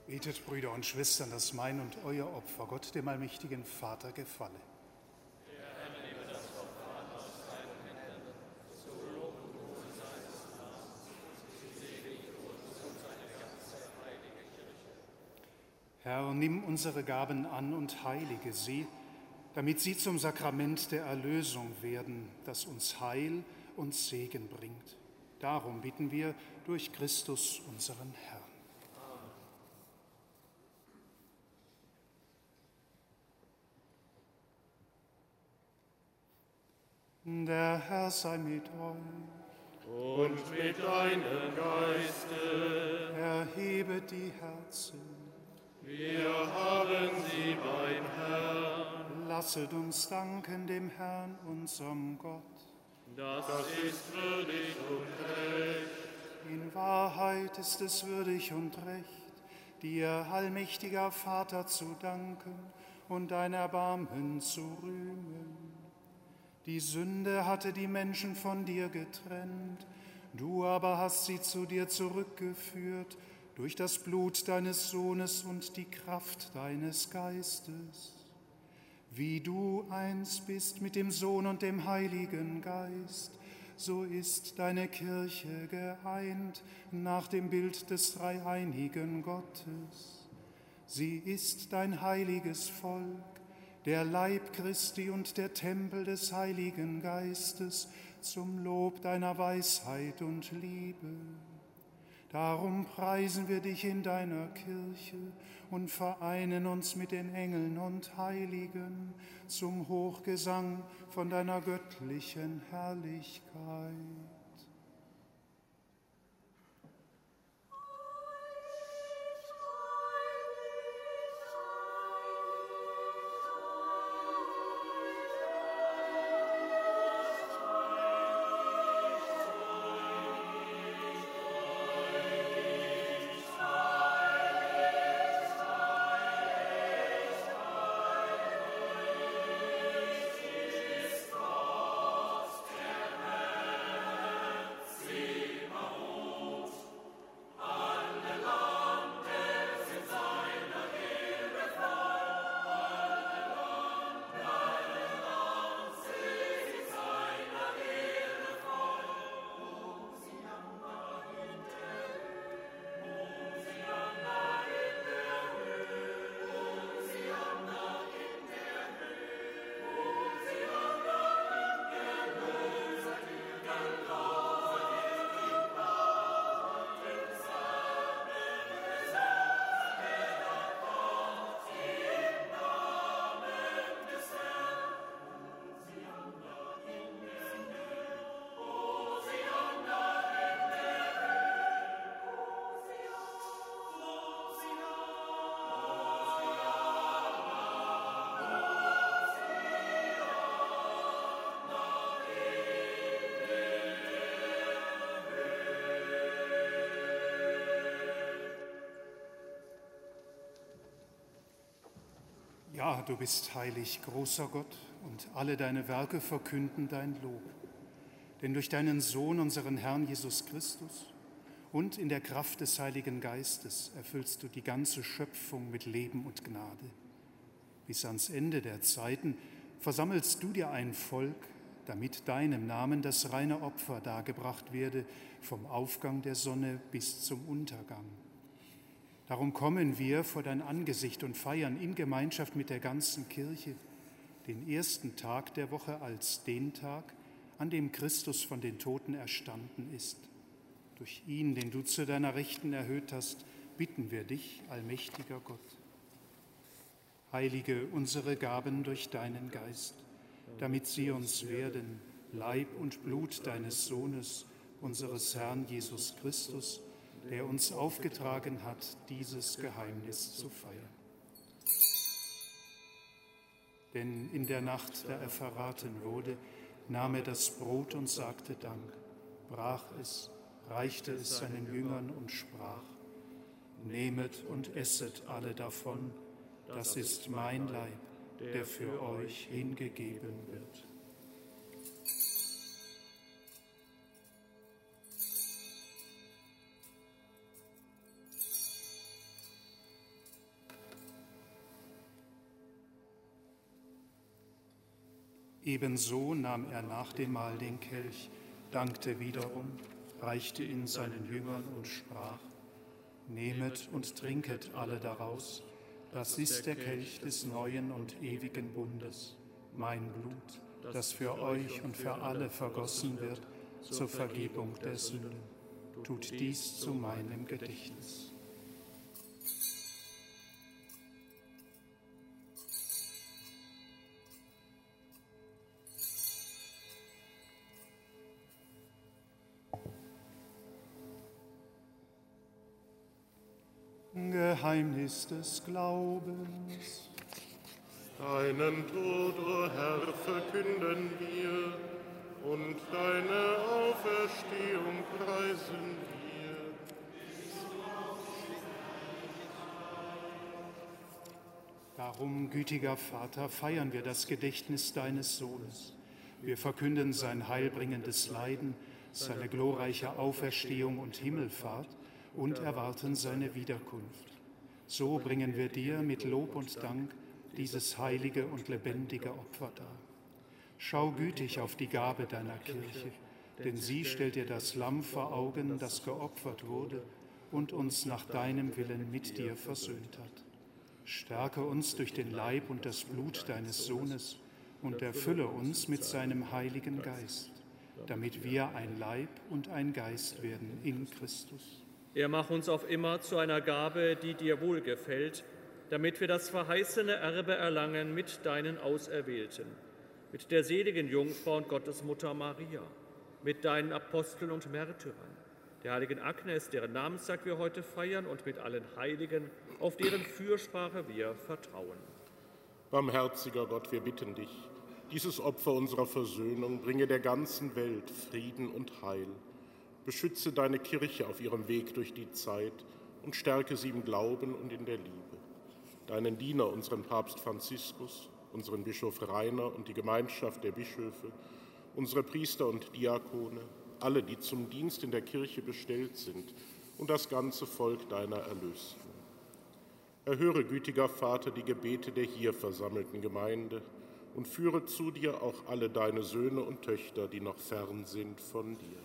Betet, Brüder und Schwestern, dass mein und euer Opfer Gott, dem allmächtigen Vater, gefalle. Der Herr nehme das Opfer an aus deinen Händen, so Lob und Ruhe seines Namens, segne uns und seine ganze heilige Kirche. Herr, nimm unsere Gaben an und heilige sie, damit sie zum Sakrament der Erlösung werden, das uns Heil und Segen bringt. Darum bitten wir durch Christus, unseren Herrn. Der Herr sei mit euch. Und mit deinem Geiste. Erhebet die Herzen. Wir haben sie beim Herrn. Lasset uns danken dem Herrn, unserem Gott. Das ist würdig und recht. In Wahrheit ist es würdig und recht, dir, allmächtiger Vater, zu danken und dein Erbarmen zu rühmen. Die Sünde hatte die Menschen von dir getrennt, du aber hast sie zu dir zurückgeführt durch das Blut deines Sohnes und die Kraft deines Geistes. Wie du eins bist mit dem Sohn und dem Heiligen Geist, so ist deine Kirche geeint nach dem Bild des dreieinigen Gottes. Sie ist dein heiliges Volk, der Leib Christi und der Tempel des Heiligen Geistes, zum Lob deiner Weisheit und Liebe. Darum preisen wir dich in deiner Kirche und vereinen uns mit den Engeln und Heiligen zum Hochgesang von deiner göttlichen Herrlichkeit. Ja, du bist heilig, großer Gott, und alle deine Werke verkünden dein Lob. Denn durch deinen Sohn, unseren Herrn Jesus Christus, und in der Kraft des Heiligen Geistes erfüllst du die ganze Schöpfung mit Leben und Gnade. Bis ans Ende der Zeiten versammelst du dir ein Volk, damit deinem Namen das reine Opfer dargebracht werde, vom Aufgang der Sonne bis zum Untergang. Darum kommen wir vor dein Angesicht und feiern in Gemeinschaft mit der ganzen Kirche den ersten Tag der Woche als den Tag, an dem Christus von den Toten erstanden ist. Durch ihn, den du zu deiner Rechten erhöht hast, bitten wir dich, allmächtiger Gott. Heilige unsere Gaben durch deinen Geist, damit sie uns werden, Leib und Blut deines Sohnes, unseres Herrn Jesus Christus, der uns aufgetragen hat, dieses Geheimnis zu feiern. Denn in der Nacht, da er verraten wurde, nahm er das Brot und sagte Dank, brach es, reichte es seinen Jüngern und sprach: Nehmet und esset alle davon, das ist mein Leib, der für euch hingegeben wird. Ebenso nahm er nach dem Mahl den Kelch, dankte wiederum, reichte ihn seinen Jüngern und sprach: Nehmet und trinket alle daraus, das ist der Kelch des neuen und ewigen Bundes, mein Blut, das für euch und für alle vergossen wird, zur Vergebung der Sünden. Tut dies zu meinem Gedächtnis. Geheimnis des Glaubens. Deinen Tod, o Herr, verkünden wir, und deine Auferstehung preisen wir. Darum, gütiger Vater, feiern wir das Gedächtnis deines Sohnes. Wir verkünden sein heilbringendes Leiden, seine glorreiche Auferstehung und Himmelfahrt und erwarten seine Wiederkunft. So bringen wir dir mit Lob und Dank dieses heilige und lebendige Opfer dar. Schau gütig auf die Gabe deiner Kirche, denn sie stellt dir das Lamm vor Augen, das geopfert wurde und uns nach deinem Willen mit dir versöhnt hat. Stärke uns durch den Leib und das Blut deines Sohnes und erfülle uns mit seinem Heiligen Geist, damit wir ein Leib und ein Geist werden in Christus. Er mach uns auf immer zu einer Gabe, die dir wohlgefällt, damit wir das verheißene Erbe erlangen mit deinen Auserwählten, mit der seligen Jungfrau und Gottesmutter Maria, mit deinen Aposteln und Märtyrern, der heiligen Agnes, deren Namenstag wir heute feiern, und mit allen Heiligen, auf deren Fürsprache wir vertrauen. Barmherziger Gott, wir bitten dich, dieses Opfer unserer Versöhnung bringe der ganzen Welt Frieden und Heil. Beschütze deine Kirche auf ihrem Weg durch die Zeit und stärke sie im Glauben und in der Liebe. Deinen Diener, unseren Papst Franziskus, unseren Bischof Rainer und die Gemeinschaft der Bischöfe, unsere Priester und Diakone, alle, die zum Dienst in der Kirche bestellt sind, und das ganze Volk deiner Erlösten. Erhöre, gütiger Vater, die Gebete der hier versammelten Gemeinde und führe zu dir auch alle deine Söhne und Töchter, die noch fern sind von dir.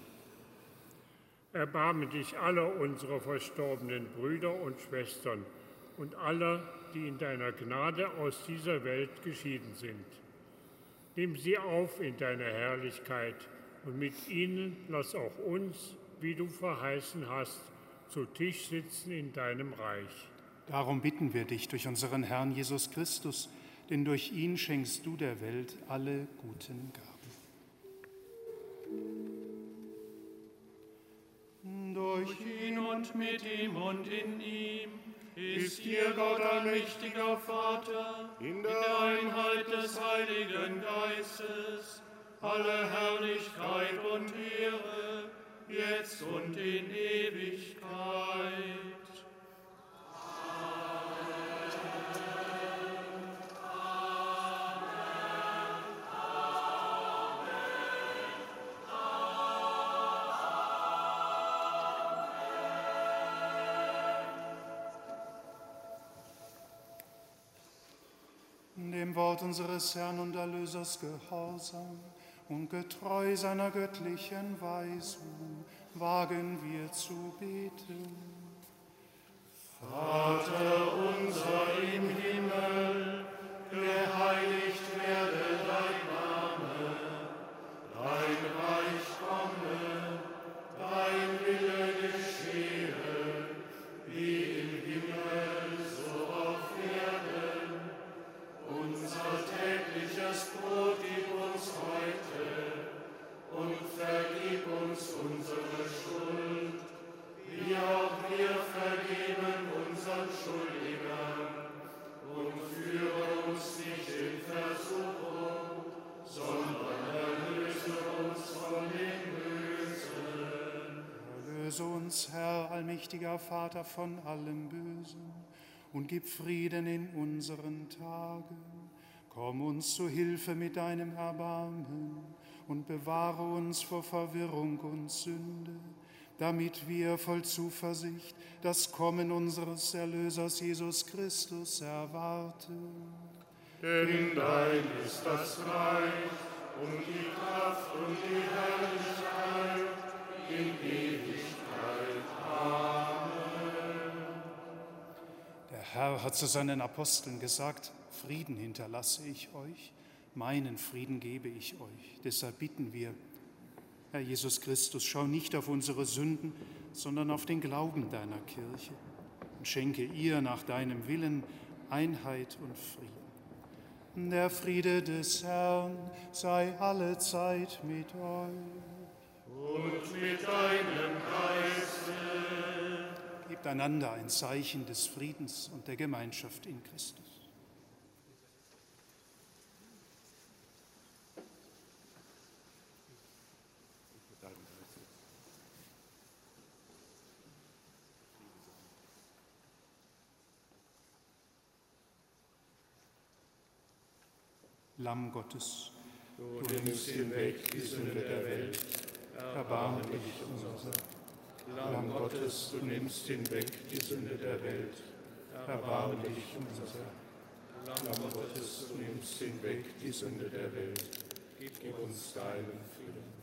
Erbarme dich aller unserer verstorbenen Brüder und Schwestern und aller, die in deiner Gnade aus dieser Welt geschieden sind. Nimm sie auf in deiner Herrlichkeit und mit ihnen lass auch uns, wie du verheißen hast, zu Tisch sitzen in deinem Reich. Darum bitten wir dich durch unseren Herrn Jesus Christus, denn durch ihn schenkst du der Welt alle guten Gaben. Durch ihn und mit ihm und in ihm ist dir, Gott, allmächtiger Vater, in der Einheit des Heiligen Geistes, alle Herrlichkeit und Ehre, jetzt und in Ewigkeit. Dem Wort unseres Herrn und Erlösers gehorsam und getreu seiner göttlichen Weisung wagen wir zu beten. Vater unser im Himmel, geheiligt werde dein Name, dein Reich komme, dein Wille geschehe, wie im Himmel, so auf Erden. Unser tägliches Brot gib uns heute und vergib uns unsere Schuld, wie auch wir vergeben unseren Schuldigern. Und führe uns nicht in Versuchung, sondern erlöse uns von dem Bösen. Erlöse uns, Herr, allmächtiger Vater, von allem Bösen und gib Frieden in unseren Tagen. Komm uns zu Hilfe mit deinem Erbarmen und bewahre uns vor Verwirrung und Sünde, damit wir voll Zuversicht das Kommen unseres Erlösers Jesus Christus erwarten. Denn dein ist das Reich und die Kraft und die Herrlichkeit in Ewigkeit. Amen. Der Herr hat zu seinen Aposteln gesagt, Frieden hinterlasse ich euch, meinen Frieden gebe ich euch. Deshalb bitten wir, Herr Jesus Christus, schau nicht auf unsere Sünden, sondern auf den Glauben deiner Kirche und schenke ihr nach deinem Willen Einheit und Frieden. Der Friede des Herrn sei alle Zeit mit euch. Und mit deinem Geiste. Gebt einander ein Zeichen des Friedens und der Gemeinschaft in Christus. Lamm Gottes, du nimmst hinweg die Sünde der Welt, erbarme dich unser. Lamm Gottes, du nimmst hinweg die Sünde der Welt, erbarme dich unser. Lamm Gottes, du nimmst hinweg die Sünde der Welt, gib uns deinen Frieden.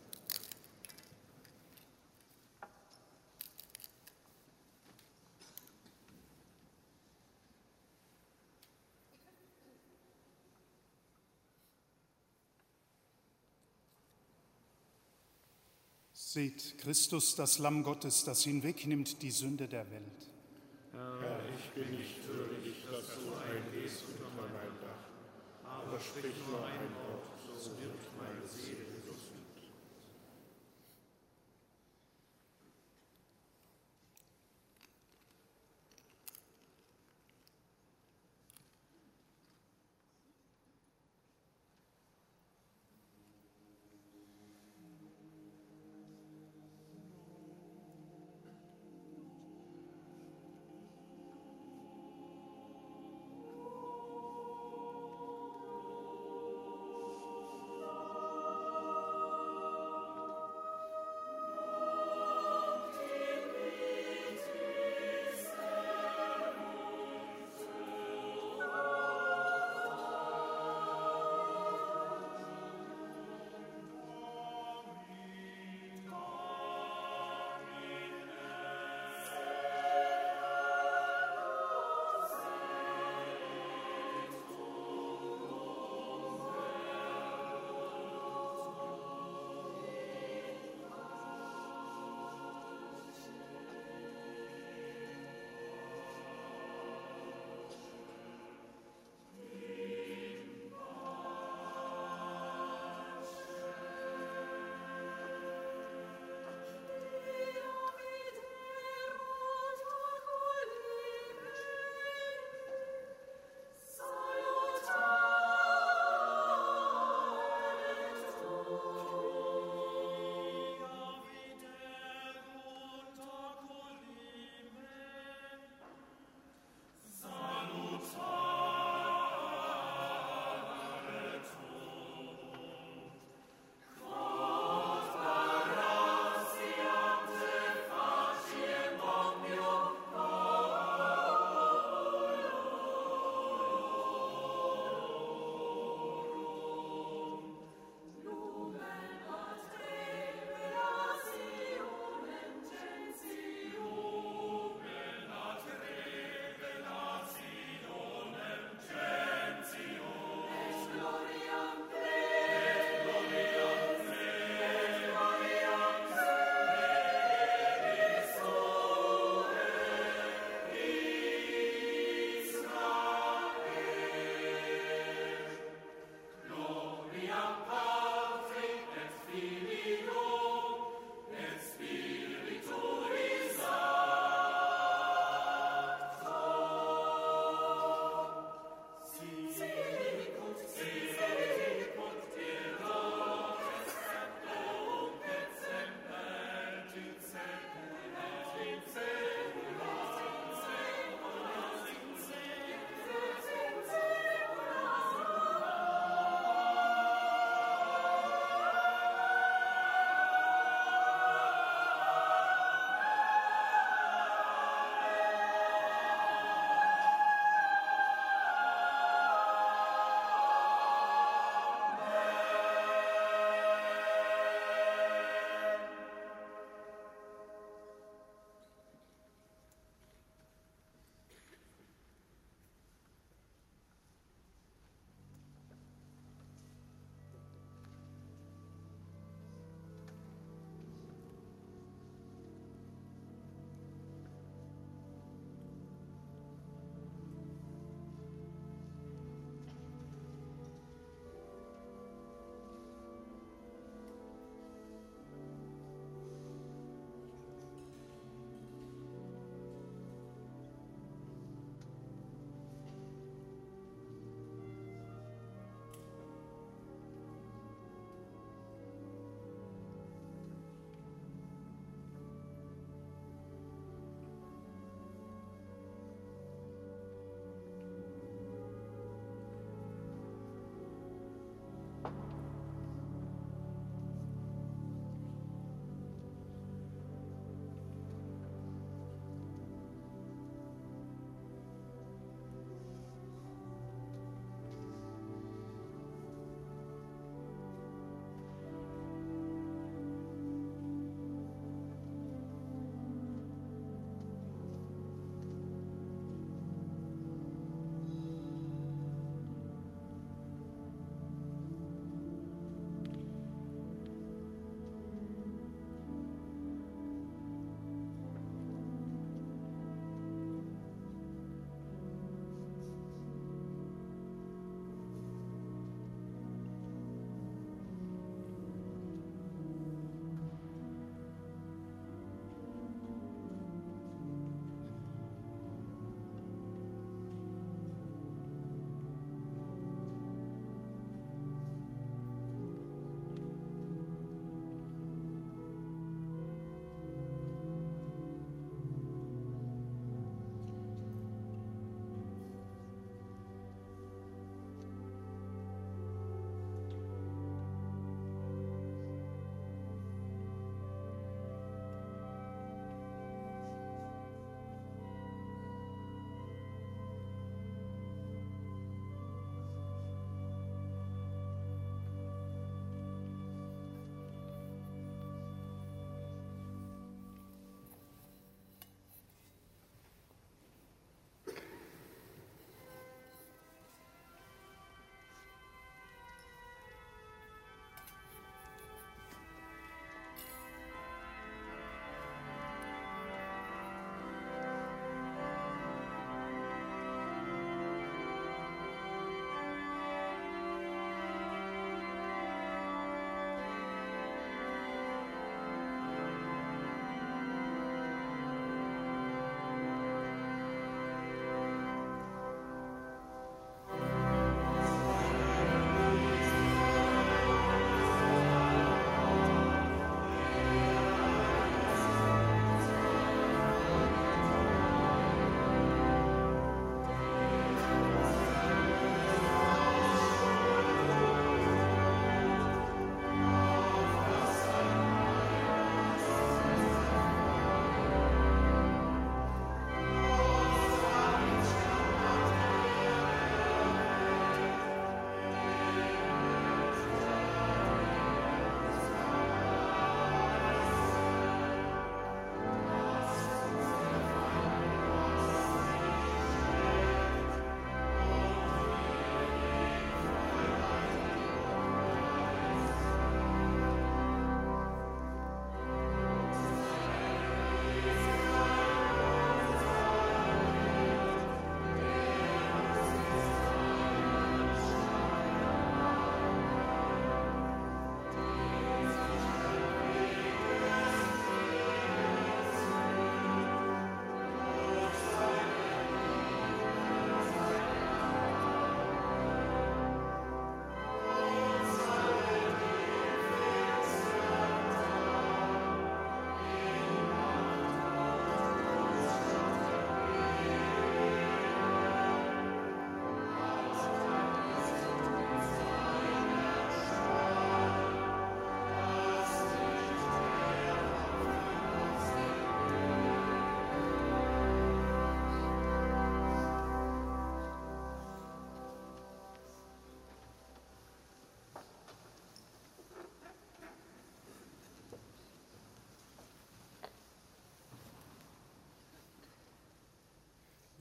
Seht Christus, das Lamm Gottes, das hinwegnimmt die Sünde der Welt. Herr, ich bin nicht würdig, dass du eingehst unter mein Dach, aber sprich nur ein Wort, so wird meine Seele gesund.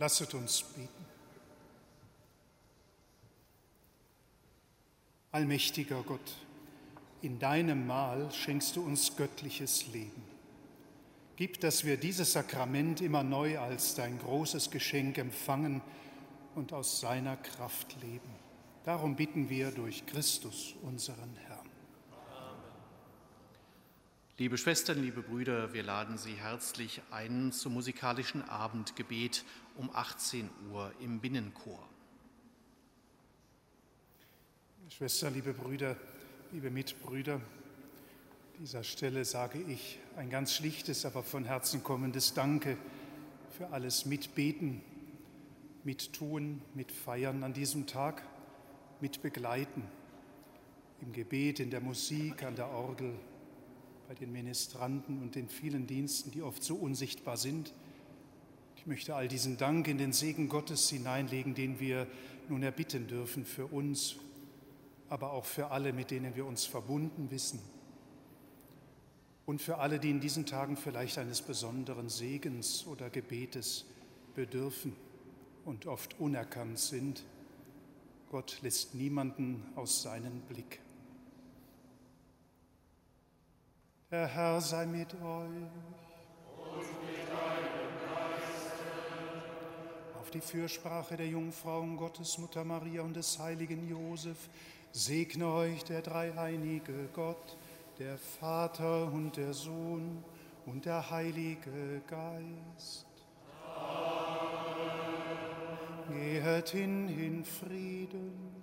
Lasset uns beten. Allmächtiger Gott, in deinem Mahl schenkst du uns göttliches Leben. Gib, dass wir dieses Sakrament immer neu als dein großes Geschenk empfangen und aus seiner Kraft leben. Darum bitten wir durch Christus, unseren Herrn. Amen. Liebe Schwestern, liebe Brüder, wir laden Sie herzlich ein zum musikalischen Abendgebet um achtzehn Uhr im Binnenchor. Schwestern, liebe Brüder, liebe Mitbrüder, an dieser Stelle sage ich ein ganz schlichtes, aber von Herzen kommendes Danke für alles Mitbeten, Mittun, Mitfeiern an diesem Tag, Mitbegleiten im Gebet, in der Musik, an der Orgel, bei den Ministranten und den vielen Diensten, die oft so unsichtbar sind. Ich möchte all diesen Dank in den Segen Gottes hineinlegen, den wir nun erbitten dürfen für uns, aber auch für alle, mit denen wir uns verbunden wissen. Und für alle, die in diesen Tagen vielleicht eines besonderen Segens oder Gebetes bedürfen und oft unerkannt sind. Gott lässt niemanden aus seinem Blick. Der Herr sei mit euch. Und mit deinem Geiste. Auf die Fürsprache der Jungfrauen Gottes, Mutter Maria und des heiligen Josef, segne euch der dreieinige Gott, der Vater und der Sohn und der Heilige Geist. Amen. Gehet hin in Frieden.